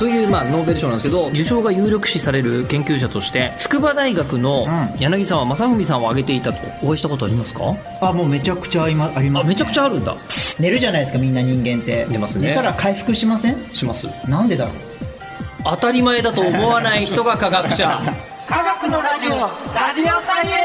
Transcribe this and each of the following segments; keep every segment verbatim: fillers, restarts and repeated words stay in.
という、まあ、ノーベル賞なんですけど、受賞が有力視される研究者として筑波大学の柳沢正文さんを挙げていたと。お会いしたことありますか？ あ、もうめちゃくちゃあります、ね、 あめちゃくちゃあるんだ。 寝るじゃないですか、みんな人間って。 寝ますね。 寝たら回復しません？ します。 なんでだろう。 当たり前だと思わない人が科学者科学のラジオ、ラジオサイエン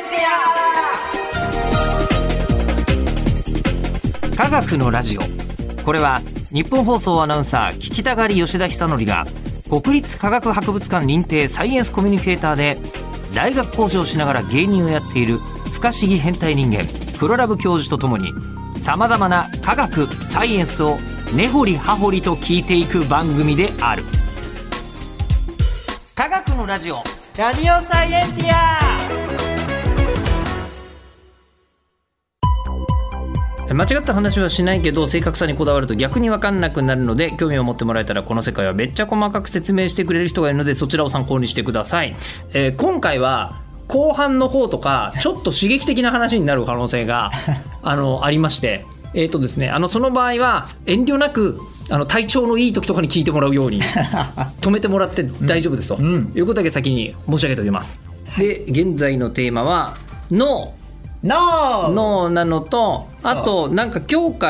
ティア。科学のラジオ、これは日本放送アナウンサー聞きたがり吉田久典が国立科学博物館認定サイエンスコミュニケーターで大学講師をしながら芸人をやっている不可思議変態人間プロラブ教授とともに、さまざまな科学サイエンスを根掘り葉掘りと聞いていく番組である。科学のラジオ、ラジオサイエンティア。 間違った話はしないけど正確さにこだわると逆に分かんなくなるので、興味を持ってもらえたらこの世界はめっちゃ細かく説明してくれる人がいるので、そちらを参考にしてください。えー、今回は後半の方とかちょっと刺激的な話になる可能性があのありまして、えーとですね、あのその場合は遠慮なくあの体調のいい時とかに聞いてもらうように止めてもらって大丈夫ですと、うん、いうことだけ先に申し上げておきます。で、現在のテーマは脳ノーノーなのと、あとなんか今日から、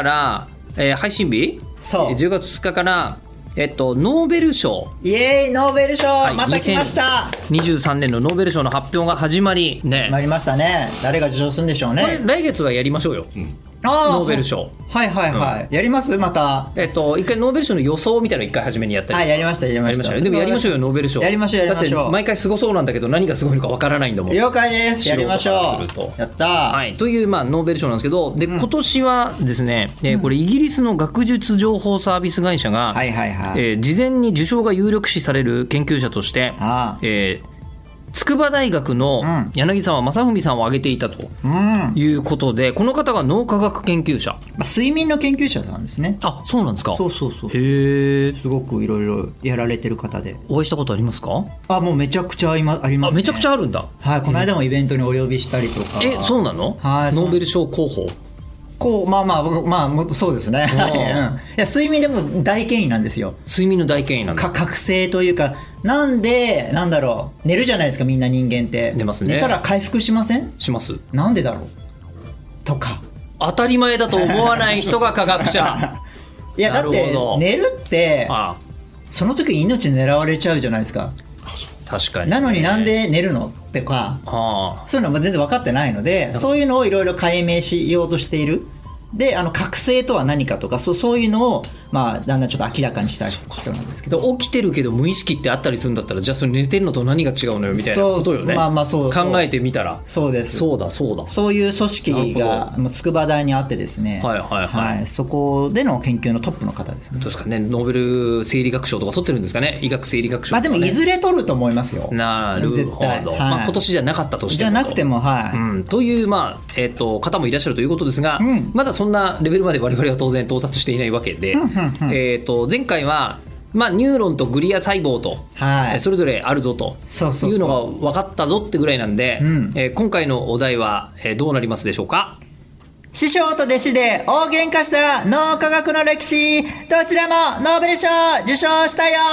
えー、配信日そうじゅうがつつつかから、えっと、ノーベル賞、 イエーイノーベル賞、はい、また来ました。 にせんにじゅうさんねんのノーベル賞の発表が始まりね、 始まりましたね。誰が受賞するんでしょうね。 これ来月はやりましょうよ、うん、 あノーベル賞。 はいはいはい、うん、やりますまた。 えっと一回ノーベル賞の予想みたいなの一回初めにやったり。 あ、やりましたやりました。 でもやりましょうよノーベル賞。 やりましょうやりましょう。 だって毎回すごそうなんだけど何がすごいのかわからないんだもん。 了解です。やりましょう。やったー、 はい、という、まあ、ノーベル賞なんですけど、で、うん、今年はですね、えー、これイギリスの学術情報サービス会社が、 はいはいはい、 えー、事前に受賞が有力視される研究者として、あ、えー筑波大学の柳沢正文さんを挙げていたということで、うん、この方が脳科学研究者、 まあ、睡眠の研究者なんですね。 あ、そうなんですか。 そうそうそう。 へえ。 すごくいろいろやられてる方で。 お会いしたことありますか？ あ、もうめちゃくちゃありますね。 あ、めちゃくちゃあるんだ。 はい、この間もイベントにお呼びしたりとか。 え、そうなの？はい、ノーベル賞候補。 こうまあまあまあそうですね、うん、いや睡眠でも大権威なんですよ。 睡眠の大権威なんだ。 か覚醒というか、なんでなんだろう、寝るじゃないですかみんな人間って。 寝ますね。 寝たら回復しません？ します。 なんでだろうとか、 当たり前だと思わない人が科学者いやだって寝るってああ、 その時に命狙われちゃうじゃないですか。 確かに、ね、 なのになんで寝るのってか、あそういうのも全然分かってないので、そういうのをいろいろ解明しようとしている。で、あの覚醒とは何かとか、そ う, そういうのを、まあ、だんだんちょっと明らかにした人なんですけど。 起きてるけど無意識ってあったりするんだったら、じゃあそれ寝てるのと何が違うのよみたいなことよね。 まあまあそうそう、 考えてみたらそうです。 そうだそうだ、 そういう組織がもう筑波大にあってですね、 はいはいはい、はい、そこでの研究のトップの方ですね。 どうですかね、ノーベル生理学賞とか取ってるんですかね。医学生理学賞、ね、 まあでもいずれ取ると思いますよ。 なるほど、 絶対、はい、 まあ、今年じゃなかったとしてもじゃなくても、はい、 うん、という、まあえー、と方もいらっしゃるということですが、うん、まだそんなレベルまで我々は当然到達していないわけで、うんうんうん、えー、と前回は、まあ、ニューロンとグリア細胞と、はい、それぞれあるぞというのが分かったぞってぐらいなんで、うん、えー、今回のお題は、えー、どうなりますでしょうか。 師匠と弟子で大喧嘩した脳科学の歴史、どちらもノーベル賞受賞したよ、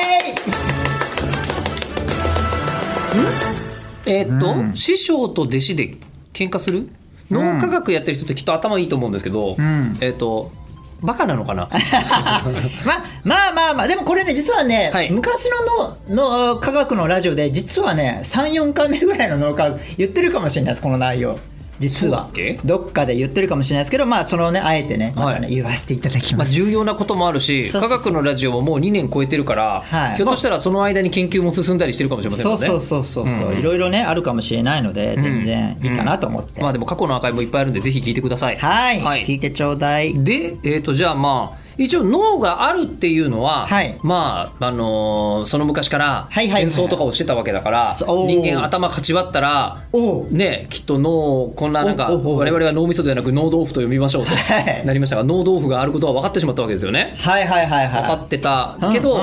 イエーイ。んえー、っと、うん、師匠と弟子で喧嘩する脳科学やってる人ってきっと頭いいと思うんですけど、うん、えー、っとバカなのかなま, まあまあまあでもこれね実はね、はい、昔ののの科学のラジオで実はね さん,よん 回目ぐらいの脳科学言ってるかもしれないです。この内容実はどっかで言ってるかもしれないですけど、まあそのねあえてねまたね、はい、言わせていただきます、 まあ、重要なこともあるし、そうそうそう、科学のラジオももうにねん超えてるから、はい、ひょっとしたらその間に研究も進んだりしてるかもしれませんもんね。 そうそうそうそう、うん、いろいろねあるかもしれないので全然いいかなと思って、うんうん、 まあでも過去のアーカイブもいっぱいあるんでぜひ聞いてください。 はい、はい、聞いてちょうだい。 で、えーとじゃあまあ一応脳があるっていうのは、はい、まああのー、その昔から戦争とかをしてたわけだから、はいはいはい、人間頭かち割ったらねきっと脳こんななんか我々は脳みそではなく脳豆腐と読みましょうとなりましたが、脳豆腐があることは分かってしまったわけですよね。 はいはいはいはい、 分かってたけど、うんうん、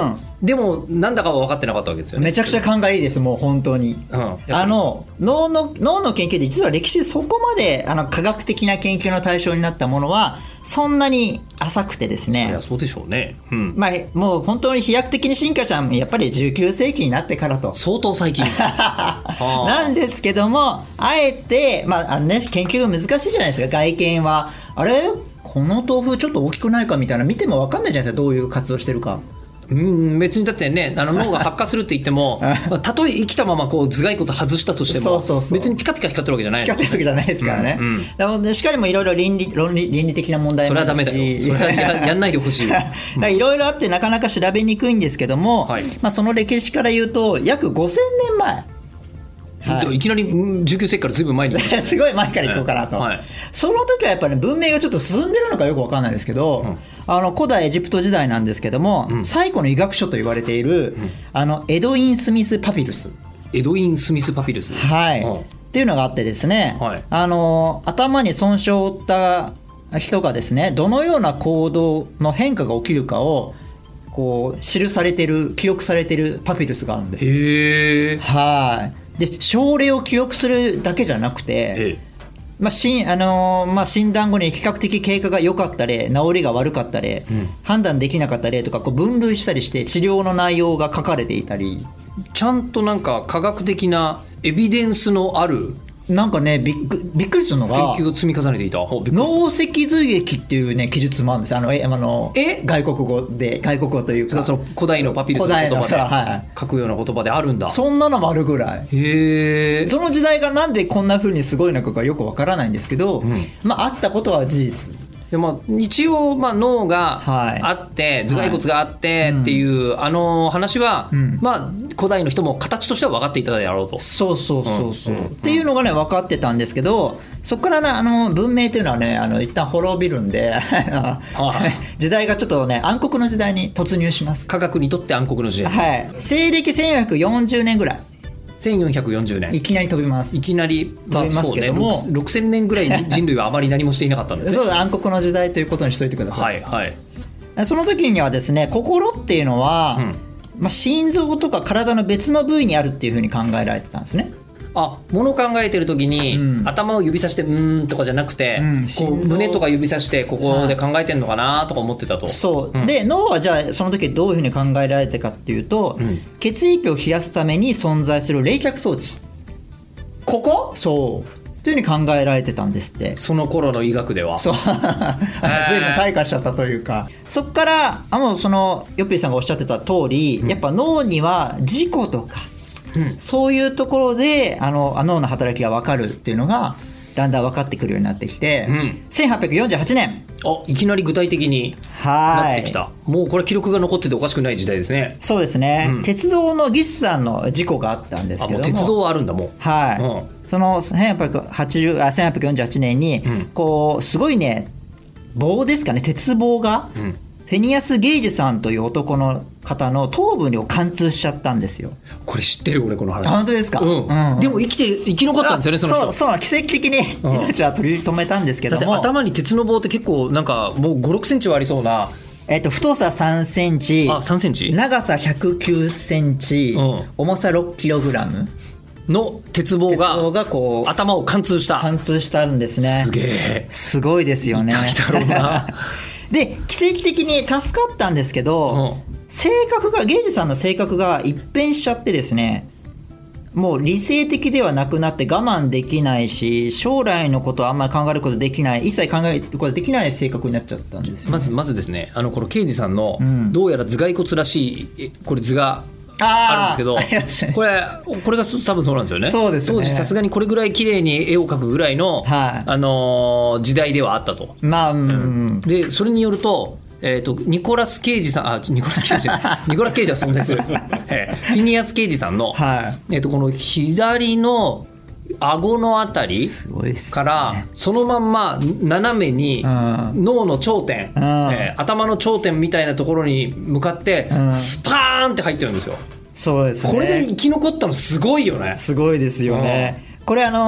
でもなんだかは分かってなかったわけですよね。 めちゃくちゃ勘がいいですもう本当に、うん、あの脳の脳の研究で実は歴史でそこまであの科学的な研究の対象になったものはそんなに浅くてですね。 そりゃそうでしょうね、うん、 まあ、もう本当に飛躍的に進化したのはやっぱりじゅうきゅうせいきになってからと相当最近なんですけども、あえて、まああのね、研究が難しいじゃないですか。外見はあれこの豆腐ちょっと大きくないかみたいな見ても分かんないじゃないですか、どういう活動してるか。 うん、別にだってね、あの脳が発火するって言ってもたとえ生きたままこう頭蓋骨外したとしても、そうそうそう、別にピカピカ光ってるわけじゃない、 光ってるわけじゃないですからね、うんうん、だからしっかりもいろいろ倫理論理倫理的な問題もあるし、 それはダメだよ、それは や, やんないでほしい。 いろいろあってなかなか調べにくいんですけども、はい、まあ、その歴史から言うと約ごせんねんまえ、 はい、いきなりじゅうきゅうせいきからずいぶん前に来ました、ね、 すごい前から行こうかなと、はい、その時はやっぱり、ね、文明がちょっと進んでるのかよく分かんないですけど、うん、あの古代エジプト時代なんですけども、うん、最古の医学書と言われている、うん、あのエドイン・スミス・パピルスエドイン・スミス・パピルス、 はい、うん、っていうのがあってですね、はい、あの頭に損傷を負った人がですねどのような行動の変化が起きるかをこう記されてる記録されてるパピルスがあるんですよ。 へー、 はい。で症例を記録するだけじゃなくて、ええ、まあしあのーまあ、診断後に比較的経過が良かった例、治りが悪かった例、うん、判断できなかった例とかこう分類したりして治療の内容が書かれていたり、 ちゃんとなんか科学的なエビデンスのあるなんかね、びっく、びっくりするのが研究を積み重ねていた脳脊髄液っていうね記述もあるんですよ。あのえあのえ外国語で外国語というかその古代のパピルスの言葉で、はい、書くような言葉であるんだ。 そんなのもあるぐらい。 へー。 その時代がなんでこんな風にすごいのかがよくわからないんですけど、うん、まああったことは事実でも一応まあ脳があって、はい、頭蓋骨があってっていう、はい、あの話は、うん、まあ古代の人も形としては分かっていただろうと。 そうそうそうそう、うん、っていうのがね分かってたんですけど、そこからねあの文明というのはねあの一旦滅びるんで時代がちょっとね暗黒の時代に突入します。 科学にとって暗黒の時代、 はい、西暦せんよんひゃくよんじゅうねんぐらいせんよんひゃくよんじゅうねんいきなり飛びます。 いきなり、まあ、飛びますけども、そうね、ろくせんねんぐらいに人類はあまり何もしていなかったんですね。 そうだ、暗黒の時代ということにしといてください。 はいはい。 その時にはですね心っていうのは、うんまあ、心臓とか体の別の部位にあるっていうふうに考えられてたんですね。 あ、ものを考えてる時に、うん、頭を指さしてうーんとかじゃなくて、うん、こう胸とか指さしてここで考えてるのかなとか思ってたと。 そう、うん、で脳はじゃあその時どういうふうに考えられてかっていうと、うん、血液を冷やすために存在する冷却装置、 ここそうというふうに考えられてたんですって。 その頃の医学ではそう随分退化しちゃったというか、そこからあもうそのヨッピーさんがおっしゃってた通り、うん、やっぱ脳には事故とか、うん、そういうところであの脳の働きが分かるっていうのがだんだん分かってくるようになってきて、うん、せんはっぴゃくよんじゅうはちねんあいきなり具体的になってきた。もうこれ記録が残ってておかしくない時代ですね。 そうですね、うん、鉄道の技師さんの事故があったんですけども、 あもう鉄道はあるんだもん。 はい、うん、そのせんはっぴゃくはちじゅうあせんはっぴゃくよんじゅうはちねんに、うん、こうすごいね棒ですかね、鉄棒が、うん、フェニアス・ゲイジさんという男の方の頭部を貫通しちゃったんですよ。 これ知ってる俺この話。 本当ですか、 うんうん、でも生きて生き残ったんですよねその人。 そうそう奇跡的に命は取り留めたんですけども、 だって頭に鉄の棒って結構なんかもうごろくセンチはありそうな、 えっと、太ささんセンチ、 あさんセンチ長さひゃくきゅうセンチ、うん、重さろっキログラムの鉄棒が、 鉄棒がこう頭を貫通した貫通してあるんですね。 すげえすごいですよね。 痛いだろうなで奇跡的に助かったんですけど、うん、性格がゲイジさんの性格が一変しちゃってですね、もう理性的ではなくなって我慢できないし将来のことはあんまり考えることできない、一切考えることができない性格になっちゃったんですよ、ね、 まずまずですね、あのこの刑事さんのどうやら頭蓋骨らしいこれ図があるんですけど、これこれが多分そうなんですよね。 そうですね、 当時さすがにこれぐらい綺麗に絵を描くぐらいの、はい、あのー、時代ではあったと。 まあ、うんうん、 でそれによるとえー、とニコラス・ケイジさんあニコラス・ケイジニコラス・ケイジは存在するフィニアス・ケイジさんの、はいえー、とこの左の顎のあたりからそのまんま斜めに脳の頂点、うんえー、頭の頂点みたいなところに向かってスパーンって入ってるんですよ。 そうですね、 これで生き残ったのすごいよね。 すごいですよね、うん、これあの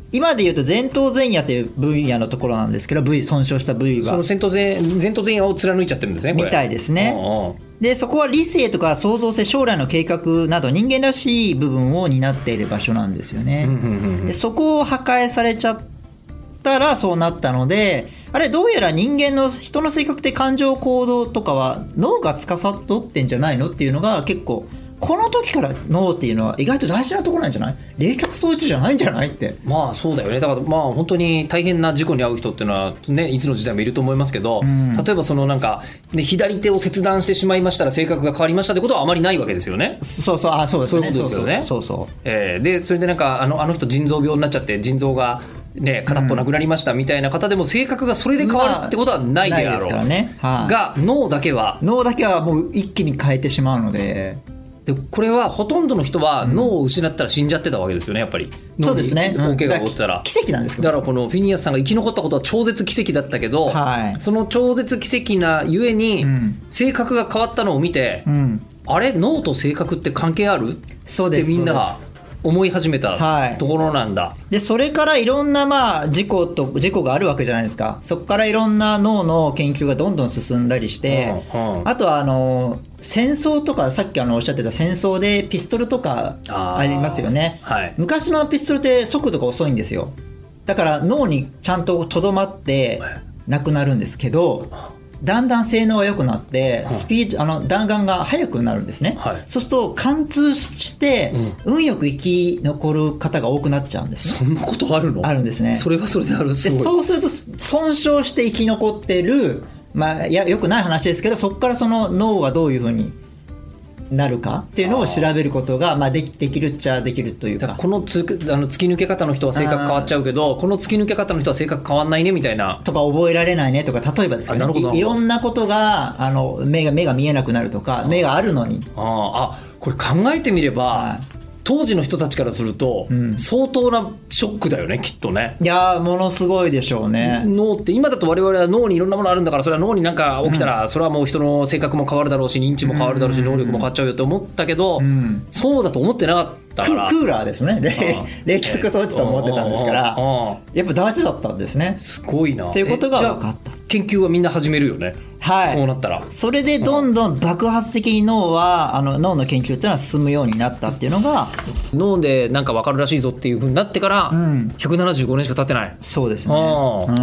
今で言うと前頭前野という分野のところなんですけど、部位損傷した部位がその前頭前前頭前野を貫いちゃってるんですねこれみたいですね。 おうおうでそこは理性とか創造性、将来の計画など人間らしい部分を担っている場所なんですよね、 うんうんうんうん、 でそこを破壊されちゃったらそうなったので、あれどうやら人間の人の性格って感情行動とかは脳が司ってんじゃないのっていうのが結構この時から脳っていうのは意外と大事なところなんじゃない？冷却装置じゃないんじゃないって。 まあそうだよね。だからまあ本当に大変な事故に遭う人っていうのはね、いつの時代もいると思いますけど、うん、例えばそのなんか、ね、左手を切断してしまいましたら性格が変わりましたってことはあまりないわけですよね。 そうそう、あ、そうですね。 そういうことですよね。 そうそうそうそう、 えー、でそれでなんかあのあの人腎臓病になっちゃって腎臓がね、片っぽなくなりましたみたいな方でも性格がそれで変わるってことはないであろう、まあ、ないですからね、はあ、が脳だけは脳だけはもう一気に変えてしまうので、 でこれはほとんどの人は脳を失ったら死んじゃってたわけですよね、やっぱり。 そうですね、 大怪我が起きたら、 奇跡なんですけど、 だからこのフィニアスさんが生き残ったことは超絶奇跡だったけど、 はい、 その超絶奇跡なゆえに、うん、性格が変わったのを見て、うん、あれ脳と性格って関係あるってみんなが思い始めたところなんだ、はい、 でそれからいろんなまあ事故と事故があるわけじゃないですか。そこからいろんな脳の研究がどんどん進んだりして、うんうん、あとはあの戦争とか、さっきあのおっしゃってた戦争でピストルとかありますよね、はい、昔のピストルって速度が遅いんですよ。だから脳にちゃんととどまってなくなるんですけど、だんだん性能が良くなってスピード、あの弾丸が速くなるんですね、はい、そうすると貫通して運よく生き残る方が多くなっちゃうんです、 ね、そんなことあるの？ あるんですね。 それはそれである。すごい。 でそうすると損傷して生き残ってる、まあ、いやよくない話ですけど、そこからその脳がどういうふうになるかっていうのを調べることがまあでき、できるっちゃできるというか、 だからこのつあの突き抜け方の人は性格変わっちゃうけど、この突き抜け方の人は性格変わんないねみたいなとか、覚えられないねとか、例えばですけど、ね、い, いろんなことがあの 目が目が見えなくなるとか、目があるのに、 ああ、これ考えてみれば、はい、当時の人たちからすると、うん、相当なショックだよね、きっとね。 いやものすごいでしょうね。 脳って今だと我々は脳にいろんなものあるんだから、それは脳になんか起きたら、うん、それはもう人の性格も変わるだろうし、認知も変わるだろうし、うん、能力も変わっちゃうよって思ったけど、うん、そうだと思ってなかったから。 クーラーですね、冷却装置と思ってたんですから、やっぱ大事だったんですね。 すごいな。 ということが分かった。 研究はみんな始めるよね、はい、そうなったら。それでどんどん爆発的に脳は、あの脳の研究っていうのは進むようになったっていうのが、 脳でなんか分かるらしいぞっていう風になってから、うん、ひゃくななじゅうごねんしか経ってない。 そうですね。 あ、うん、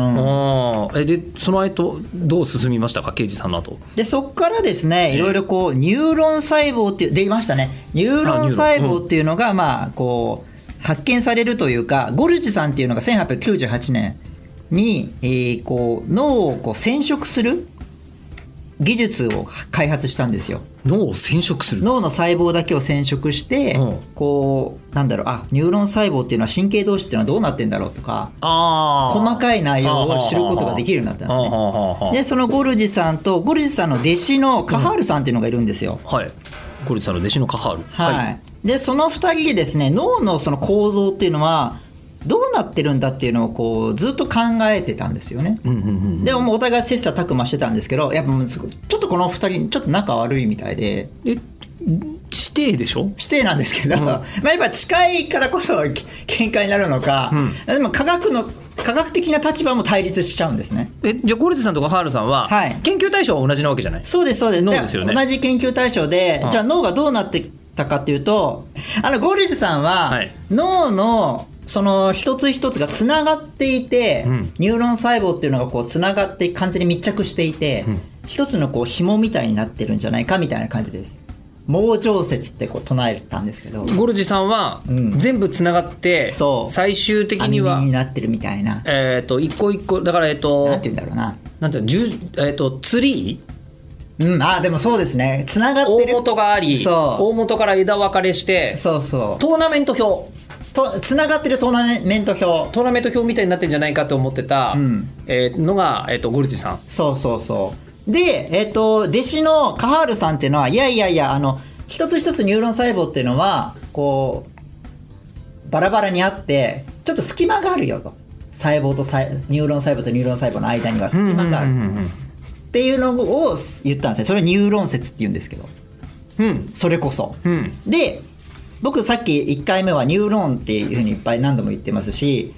あえでその後どう進みましたか、刑事さんの後で。そこからですね、いろいろこうニューロン細胞ってできましたね。ニューロン細胞っていうのが、まあこう発見されるというか、ゴルジさんっていうのがせんはっぴゃくきゅうじゅうはちねんに、えー、こう脳をこう染色する技術を開発したんですよ。 脳を染色する。 脳の細胞だけを染色して、うん、こうなんだろう、あ、ニューロン細胞っていうのは神経同士っていうのはどうなってんだろうとか、あ細かい内容を知ることができるようになったんですね。でそのゴルジさんとゴルジさんの弟子のカハールさんっていうのがいるんですよ、 うん、はい。ゴルジさんの弟子のカハール、 はいはい、でそのふたりでですね、脳のその構造っていうのはどうなってるんだっていうのをこうずっと考えてたんですよね、うんうんうんうん、でもお互い切磋琢磨してたんですけど、やっぱちょっとこのふたりちょっと仲悪いみたいで。 え師弟でしょ。 師弟なんですけど、うん、まあやっぱ近いからこそ喧嘩になるのか、うん、でも科学の科学的な立場も対立しちゃうんですね。 えじゃあゴルジさんとかハールさんは、はい、研究対象は同じなわけじゃない。 そうですそうです。 脳ですよね。 同じ研究対象で、うん、じゃあ脳がどうなってきたかっていうと、あのゴルジさんは、はい、脳のその一つ一つがつながっていて、うん、ニューロン細胞っていうのがこうつながって完全に密着していて、うん、一つのこう紐みたいになってるんじゃないかみたいな感じです。網状説ってこう唱えたんですけど、 ゴルジさんは、うん、全部つながって、そう最終的には網になってるみたいな、 えーと一個一個だからえっ、ー、となんて言うんだろうな、 なんていうの、えーとツリー、うん、あでもそうですね、つながってる大元があり、そう大元から枝分かれして、 そうそうトーナメント表とつながってるトーナメント表トーナメント表みたいになってるんじゃないかと思ってた、うんえー、のが、えー、とゴルジさん。 そうそうそうで、えー、と弟子のカハールさんっていうのは、いやいやいや、あの一つ一つニューロン細胞っていうのはこうバラバラにあってちょっと隙間があるよと、細胞とニューロン細胞とニューロン細胞の間には隙間があるっていうのを言ったんですね。それをニューロン説って言うんですけど、うん、それこそ、うん、で僕さっきいっかいめはニューロンっていうふうにいっぱい何度も言ってますし、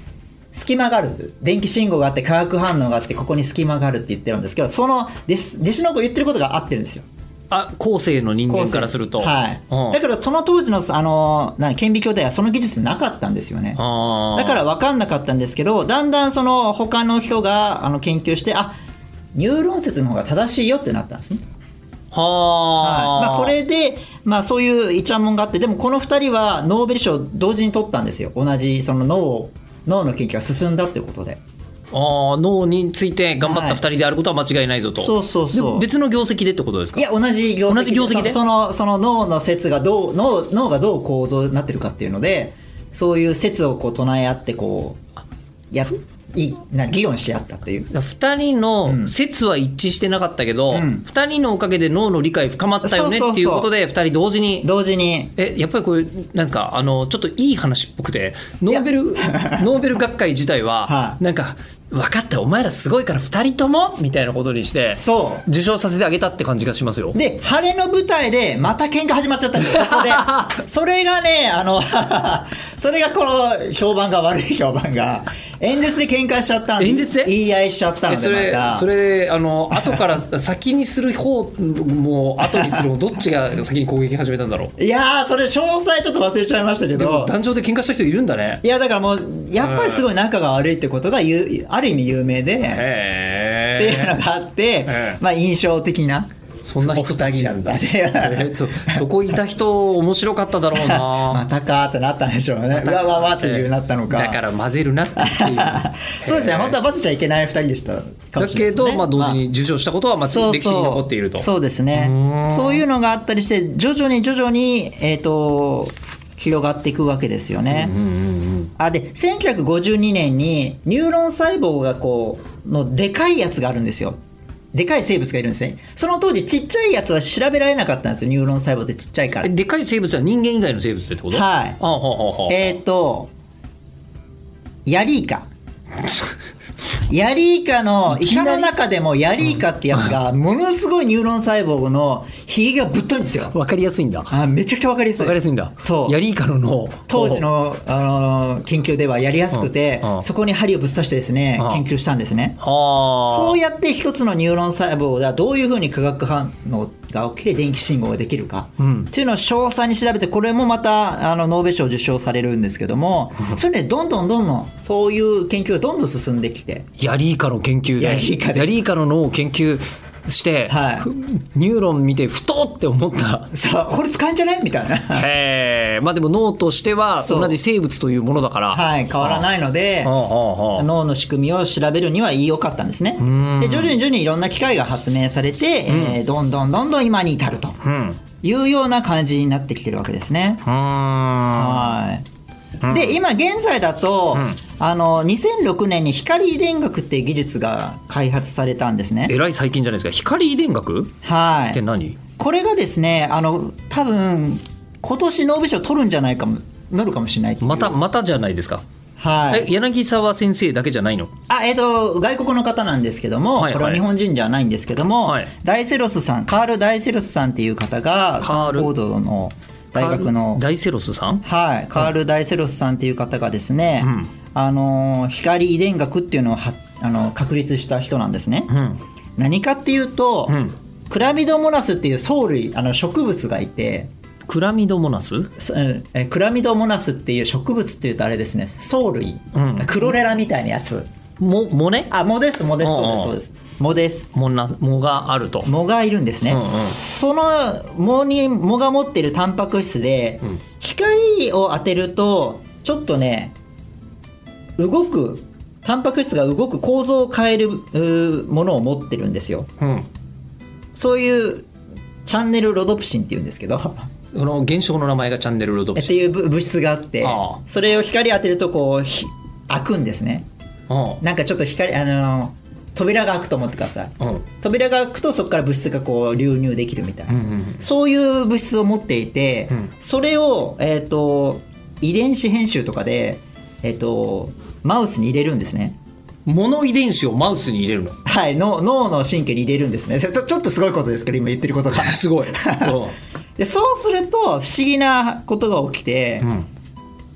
隙間がある、電気信号があって化学反応があってここに隙間があるって言ってるんですけど、その弟子弟子の子言ってることが合ってるんですよ。 あ、後世の人間からすると、 はい、うん、だからその当時のあのな顕微鏡ではその技術なかったんですよね。あ、だから分かんなかったんですけど、だんだんその他の人があの研究して、あ、ニューロン説の方が正しいよってなったんですね。はあ、はい、まあ、それで、まあ、そういうイチャモンがあって、でもこのふたりはノーベル賞を同時に取ったんですよ。同じその脳脳の研究が進んだということで。 あ、脳について頑張ったふたりであることは間違いないぞと、はい、そうそうそう。でも別の業績でってことですか？ いや、同じ業績で、同じ業績でその、その脳の説がどう 脳, 脳がどう構造になってるかっていうので、そういう説をこう唱え合ってこうやいな議論し合ったという。 ふたりの説は一致してなかったけど、うん、ふたりのおかげで脳の理解深まったよねっていうことでふたり同時に同時にえやっぱりこれなんですか、あのちょっといい話っぽくて、ノーベルノーベル学会自体はなんか、分かった、お前らすごいからふたりともみたいなことにしてそう受賞させてあげたって感じがしますよ。 で、晴れの舞台でまた喧嘩始まっちゃったんですよ、ここでそれがね、あのそれがこの評判が悪い評判が演説で喧嘩しちゃったので、 演説で言い合いしちゃったので、 それ、 またそれあの後から先にする方も後にする方どっちが先に攻撃始めたんだろう。 いやー、それ詳細ちょっと忘れちゃいましたけど、 でも壇上で喧嘩した人いるんだね。 いや、だからもうやっぱりすごい仲が悪いってことが言うある意味有名で、へっていうのがあって、まあ、印象的なそんな人たちなんだ、えー、そ, そこいた人面白かっただろうなまたかってなったんでしょうね。うわわわっていうなったのか。 だから混ぜるなっていうそうですね、本当は混ぜちゃいけないふたりでしたかもしれないですね。 だけど、まあ、同時に受賞したことはまあ歴史に残っていると。 そうそうそうですね。そういうのがあったりして徐々に徐々に、えーと広がっていくわけですよね。うんうんうん、あでせんきゅうひゃくごじゅうにねんにニューロン細胞がこうのでかいやつがあるんですよ。でかい生物がいるんですね。その当時ちっちゃいやつは調べられなかったんですよ。ニューロン細胞ってちっちゃいから。 でかい生物は人間以外の生物ってこと？ はい。 あほうほうほう。 えっ、ー、とヤリイカヤリイカのイカの中でもヤリイカってやつがものすごいニューロン細胞のひげがぶっといんですよ。 わかりやすいんだ。 あ、めちゃくちゃわかりやすい。 わかりやすいんだ。 そうヤリイカの脳当時の、あのー、研究ではやりやすくて、うんうん、そこに針をぶっ刺してですね、うん、研究したんですね。そうやって一つのニューロン細胞がどういうふうに化学反応が起きて電気信号ができるか、うん、っていうのを詳細に調べて、これもまたあのノーベル賞受賞されるんですけども、うん、それでどんどんどんどんそういう研究がどんどん進んできて、 ヤリイカの研究でヤリイカでヤリイカの脳を研究して、はい、ニューロン見てふとって思った。 さあこれ使えんじゃねみたいな。 へえ。まあでも脳としては同じ生物というものだから、 はい、変わらないので、脳の仕組みを調べるには良かったんですね。で徐々に徐々にいろんな機械が発明されて、うん、えー、どんどんどんどん今に至るというような感じになってきてるわけですね。うん、はい。で今現在だと、うん、あのにせんろくねんに光遺伝学っていう技術が開発されたんですね。 えらい最近じゃないですか。光遺伝学、はい、って何？ これがですね、あの多分今年ノーベル賞取るんじゃないかも、なるかもしれないっていう。 またまたじゃないですか。 はい、 え柳沢先生だけじゃないの？ あ、えーと、外国の方なんですけども、はいはい、これは日本人じゃないんですけども、はい、ダイセロスさん、カール・ダイセロスさんっていう方がスタンフォードの大学のダイセロスさん、 はい、カール・ダイセロスさんっていう方がですね、うん、あの光遺伝学っていうのをはあの確立した人なんですね。うん、何かっていうと、うん、クラミドモナスっていう藻類、あの植物がいて。 クラミドモナス？ えクラミドモナスっていう植物っていうとあれですね、藻類、うん、クロレラみたいなやつ。 も藻ね？ あ、藻です、藻です、そうですそうです。藻です。 藻な藻があると。 藻がいるんですね。うんうん、その藻に藻が持っているタンパク質で、うん、光を当てるとちょっとね動くタンパク質が動く構造を変えるものを持ってるんですよ。うん、そういうチャンネルロドプシンっていうんですけど。 その現象の名前がチャンネルロドプシンっていう物質があって、ああ、それを光当てるとこう開くんですね。ああ、なんかちょっと光あの扉が開くと思ってください。うん、扉が開くとそこから物質がこう流入できるみたいな、うんうんうん、そういう物質を持っていて、うん、それを、えーと、遺伝子編集とかで、えーと、マウスに入れるんですね。 モノ遺伝子をマウスに入れるの？ はい、の脳の神経に入れるんですね。ちょ、ちょっとすごいことですけど今言ってることがすごいでそうすると不思議なことが起きて、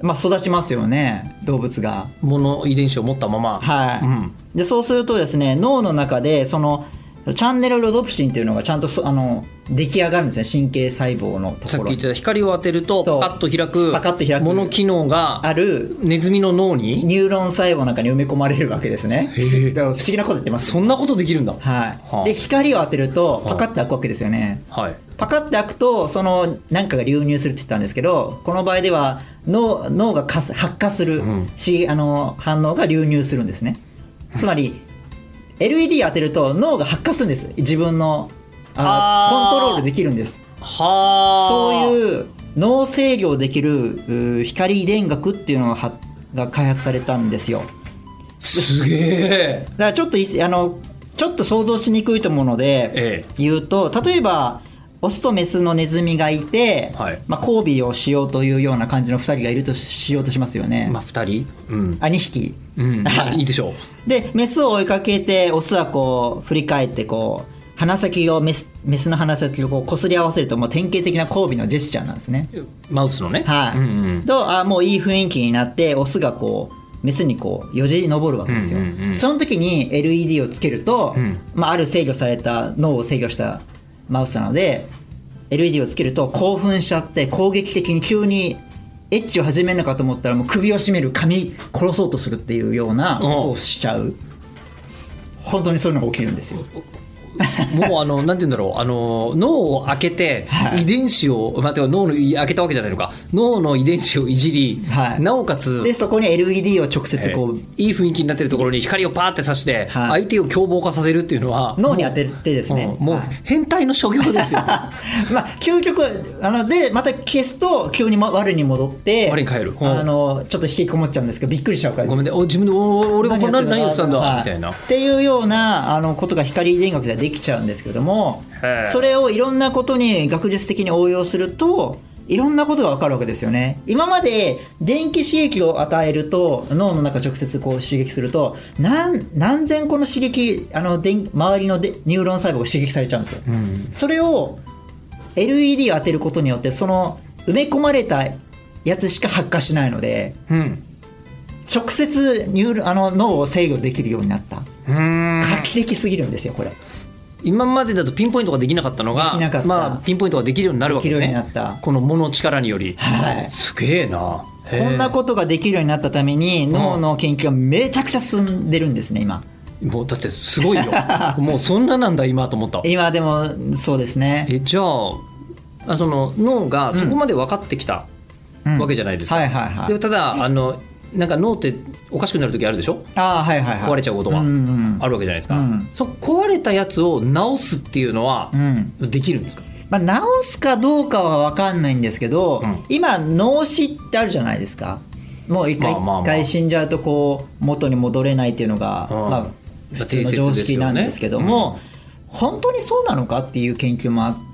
まあ、育ちますよね動物がモノ遺伝子を持ったまま、 はい、うん、でそうするとですね脳の中でそのチャンネルロドプシンっていうのがちゃんとあの出来上がるんですね神経細胞のところ。 さっき言ってた光を当てるとパカッと開くパカッと開くモノ機能があるネズミの脳にニューロン細胞の中に埋め込まれるわけですね。不思議なこと言ってます。 そんなことできるんだ。 はい、はあ、で光を当てるとパカッと開くわけですよね、 はい、 パカッと開くとその何かが流入するって言ったんですけどこの場合では 脳, 脳が発火するし、うん、あの反応が流入するんですね。つまりエルイーディー 当てると脳が発火するんです。自分のあコントロールできるんです。はそういう脳制御できる光電学っていうのがはが開発されたんですよ。 すげえ。 だからちょっとあのちょっと想像しにくいと思うので言うと、ええ、例えばオスとメスのネズミがいて、はい、まあ、交尾をしようというような感じのふたりがいるとしようとしますよね。 まあ、ふたり、うん、 あにひき、 うん、いいでしょう。でメスを追いかけてオスはこう振り返ってこう鼻先をメス、メスの鼻先をこう擦り合わせるともう典型的な交尾のジェスチャーなんですね。 マウスのね。 はい、うんうん、とあもういい雰囲気になってオスがこうメスにこうよじ登るわけですよ、うんうんうん、その時に エルイーディー をつけると、うん、まあ、ある制御された脳を制御したマウスなので エルイーディー をつけると興奮しちゃって攻撃的に急にエッチを始めるのかと思ったらもう首を絞める噛み殺そうとするっていうようなことをしちゃう。本当にそういうのが起きるんですよ。 もうあのなんて言うんだろう、あの脳を開けて遺伝子を、はい、まあ、脳の開けたわけじゃないのか、脳の遺伝子をいじり、はい、なおかつでそこに エルイーディー を直接こう、 えー、いい雰囲気になってるところに光をパーってさして、はい、相手を凶暴化させるっていうのは脳に当ててですね、 もう、もう変態の所業ですよ。 まあ究極あのでまた消すと急に我に戻って我に帰る、 あのちょっと引きこもっちゃうんですけどびっくりしちゃうからごめんね、お自分でお俺はこれ何やってたんだ、はい、みたいなっていうようなあのことが光電学ではできちゃうんですけども、それをいろんなことに学術的に応用するといろんなことが分かるわけですよね。今まで電気刺激を与えると脳の中直接こう刺激すると 何, 何千個の刺激あの電周りのでニューロン細胞が刺激されちゃうんですよ、うん、それを エルイーディー を当てることによってその埋め込まれたやつしか発火しないので、うん、直接ニューロあの脳を制御できるようになった。うーん画期的すぎるんですよこれ。 今までだとピンポイントができなかったのがまあ、ピンポイントができるようになるわけですね。 できるようになったこのもの力により、 はい、 すげえな。 こんなことができるようになったために脳の研究がめちゃくちゃ進んでるんですね今。 もうだってすごいよ。もうそんななんだ今と思った。 今でもそうですね。 えじゃあ、あその脳がそこまで分かってきたわけじゃないですか、 うんうんはいはいはい、 でもただあのなんか脳っておかしくなる時あるでしょ。 あ、はいはいはい、 壊れちゃうことがあるわけじゃないですか、うんうん、そ壊れたやつを治すっていうのはできるんですか、 うん、まあ、治すかどうかは分かんないんですけど、うん、今脳死ってあるじゃないですか。もう一回、まあまあまあ、一回死んじゃうとこう元に戻れないっていうのが、うんまあ、普通の常識なんですけども、本当にそうなのかっていう研究もあって。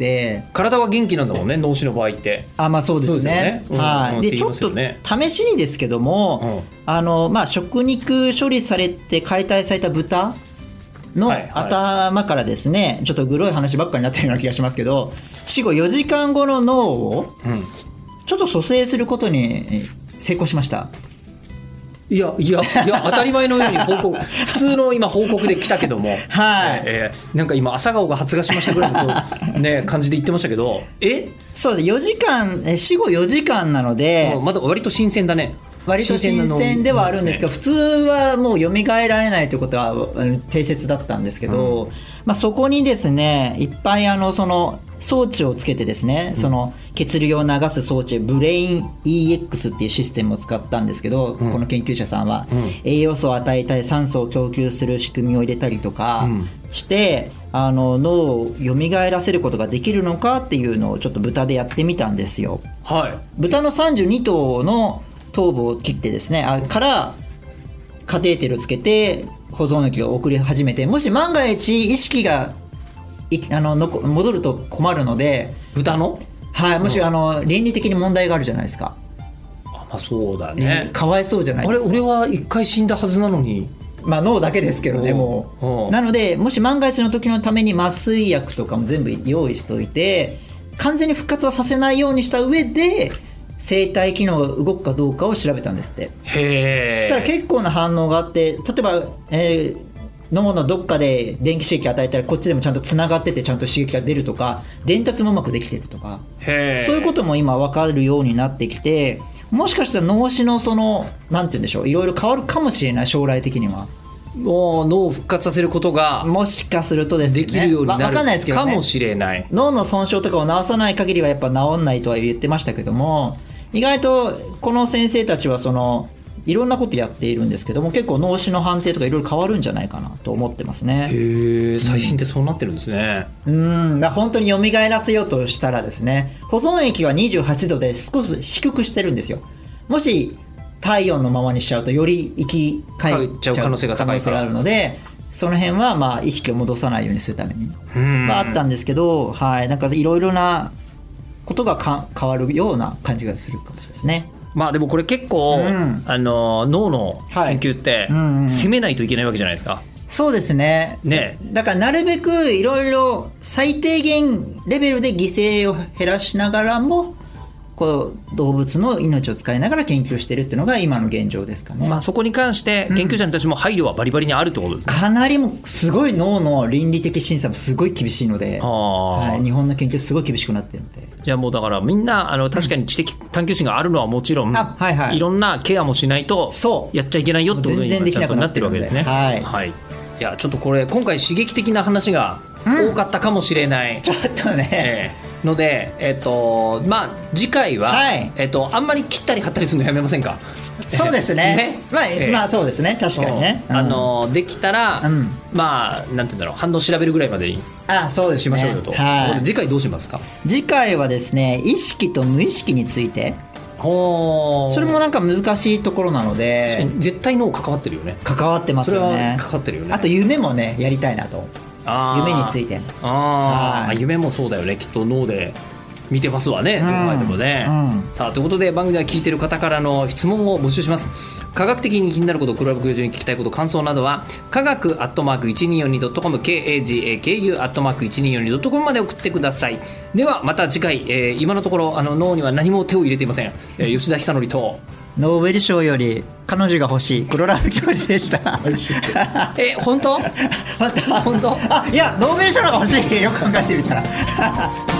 体は元気なんだもんね脳死の場合って。 あ、まあそうですね、 そうですよね、 はい、うん、でちょっと試しにですけども、うん、あのまあ、食肉処理されて解体された豚の頭からですね、はいはい、ちょっとグロい話ばっかりになってるような気がしますけど死後よじかんごの脳をちょっと蘇生することに成功しました。 いやいやいや当たり前のように報告普通の今報告で来たけども、 はいえー、なんか今朝顔が発芽しましたぐらいの、ね、感じで言ってましたけどえそうですよじかん死後よじかんなのでまだ割と新鮮だね。 割と新鮮ではあるんですけど、普通はもう蘇られないということは定説だったんですけど、うんまあ、そこにですねいっぱいあのその装置をつけてですね、その血流を流す装置ブレイン イーエックス っていうシステムを使ったんですけど、うん、この研究者さんは、うん、栄養素を与えたり酸素を供給する仕組みを入れたりとかして、うん、あの脳を蘇らせることができるのかっていうのをちょっと豚でやってみたんですよ、 はい、 豚のさんじゅうに頭の頭部を切ってですねあからカテーテルをつけて保存液を送り始めて、もし万が一意識があのの戻ると困るので豚の、 はい、もし、うん、あの倫理的に問題があるじゃないですか。 あ、まあ、そうだね、 かわいそうじゃないですか。 あれ俺は一回死んだはずなのに、 まあ、脳だけですけどねもうなのでもし万が一の時のために麻酔薬とかも全部用意しておいて完全に復活はさせないようにした上で生体機能が動くかどうかを調べたんですって。 へー。 そしたら結構な反応があって、例えば、えー、脳のどっかで電気刺激与えたらこっちでもちゃんとつながっててちゃんと刺激が出るとか、伝達もうまくできてるとか、 へー、 そういうことも今分かるようになってきて、もしかしたら脳死のそのなんて言うんでしょう、いろいろ変わるかもしれない、将来的には。 もう脳を復活させることがもしかするとですね、 できるようになるわかんないですけどね、 かもしれない。 脳の損傷とかを治さない限りはやっぱ治んないとは言ってましたけども、意外とこの先生たちはそのいろんなことやっているんですけども、結構脳死の判定とかいろいろ変わるんじゃないかなと思ってますね。 へえ、最新ってそうなってるんですね。 うん、だから本当に蘇らせようとしたらですね、保存液はにじゅうはちどで少し低くしてるんですよ。もし体温のままにしちゃうとより生き返っちゃう可能性が高いからあるので、その辺はまあ意識を戻さないようにするためにはあったんですけど、はい、なんかいろいろなことがか変わるような感じがするかもしれないですね。 まあでもこれ結構、うん、あの脳の研究って攻めないといけないわけじゃないですか。はい、うんうん、 そうですね。 ね、 だからなるべくいろいろ最低限レベルで犠牲を減らしながらも、こう動物の命を使いながら研究しているっていうのが今の現状ですかね。 まあ、そこに関して研究者たちも配慮はバリバリにあるってことですね。 うん、かなりもすごい脳の倫理的審査もすごい厳しいので、はい、日本の研究すごい厳しくなってるので。 じゃあもうだからみんなあの確かに知的探求心があるのはもちろん、うん、はいはい、いろんなケアもしないとやっちゃいけないよってことにちゃんとなってるわけですね。 はいはい、 いやちょっとこれ今回刺激的な話が多かったかもしれない、 うん、ちょっとね、 えーので、えっとまあ、次回は、はい、えっと、あんまり切ったり貼ったりするのやめませんか。 そうですねね、まあえー、まあそうですね、確かにね、 うん、あのできたら、うん、まあなんていうんだろう、反応調べるぐらいまでにあそうです、ね、 しましょうよと、はい、次回どうしますか。 次回はですね、意識と無意識について。 ほそれもなんか難しいところなので。 確かに絶対脳関わってるよね。 関わってますよね。 それは関わってるよね。 あと夢もねやりたいなと。夢について。 ああ、夢もそうだよね、きっと脳で見てますわね、どう考えてもね、うん、さあということで番組では聞いてる方からの質問を募集します。科学的に気になること、黒ラブ教授に聞きたいこと、感想などは科学アットマーク いちにーよんにドットコム カガク アットマーク いちにーよんにドットコム まで送ってください。ではまた次回、えー、今のところあの脳には何も手を入れていません、えー、吉田久典とノーベル賞より彼女が欲しい黒ラブ教授でした。 え本当本当本当あいやノーベル賞の方が欲しいよ、考えてみたら。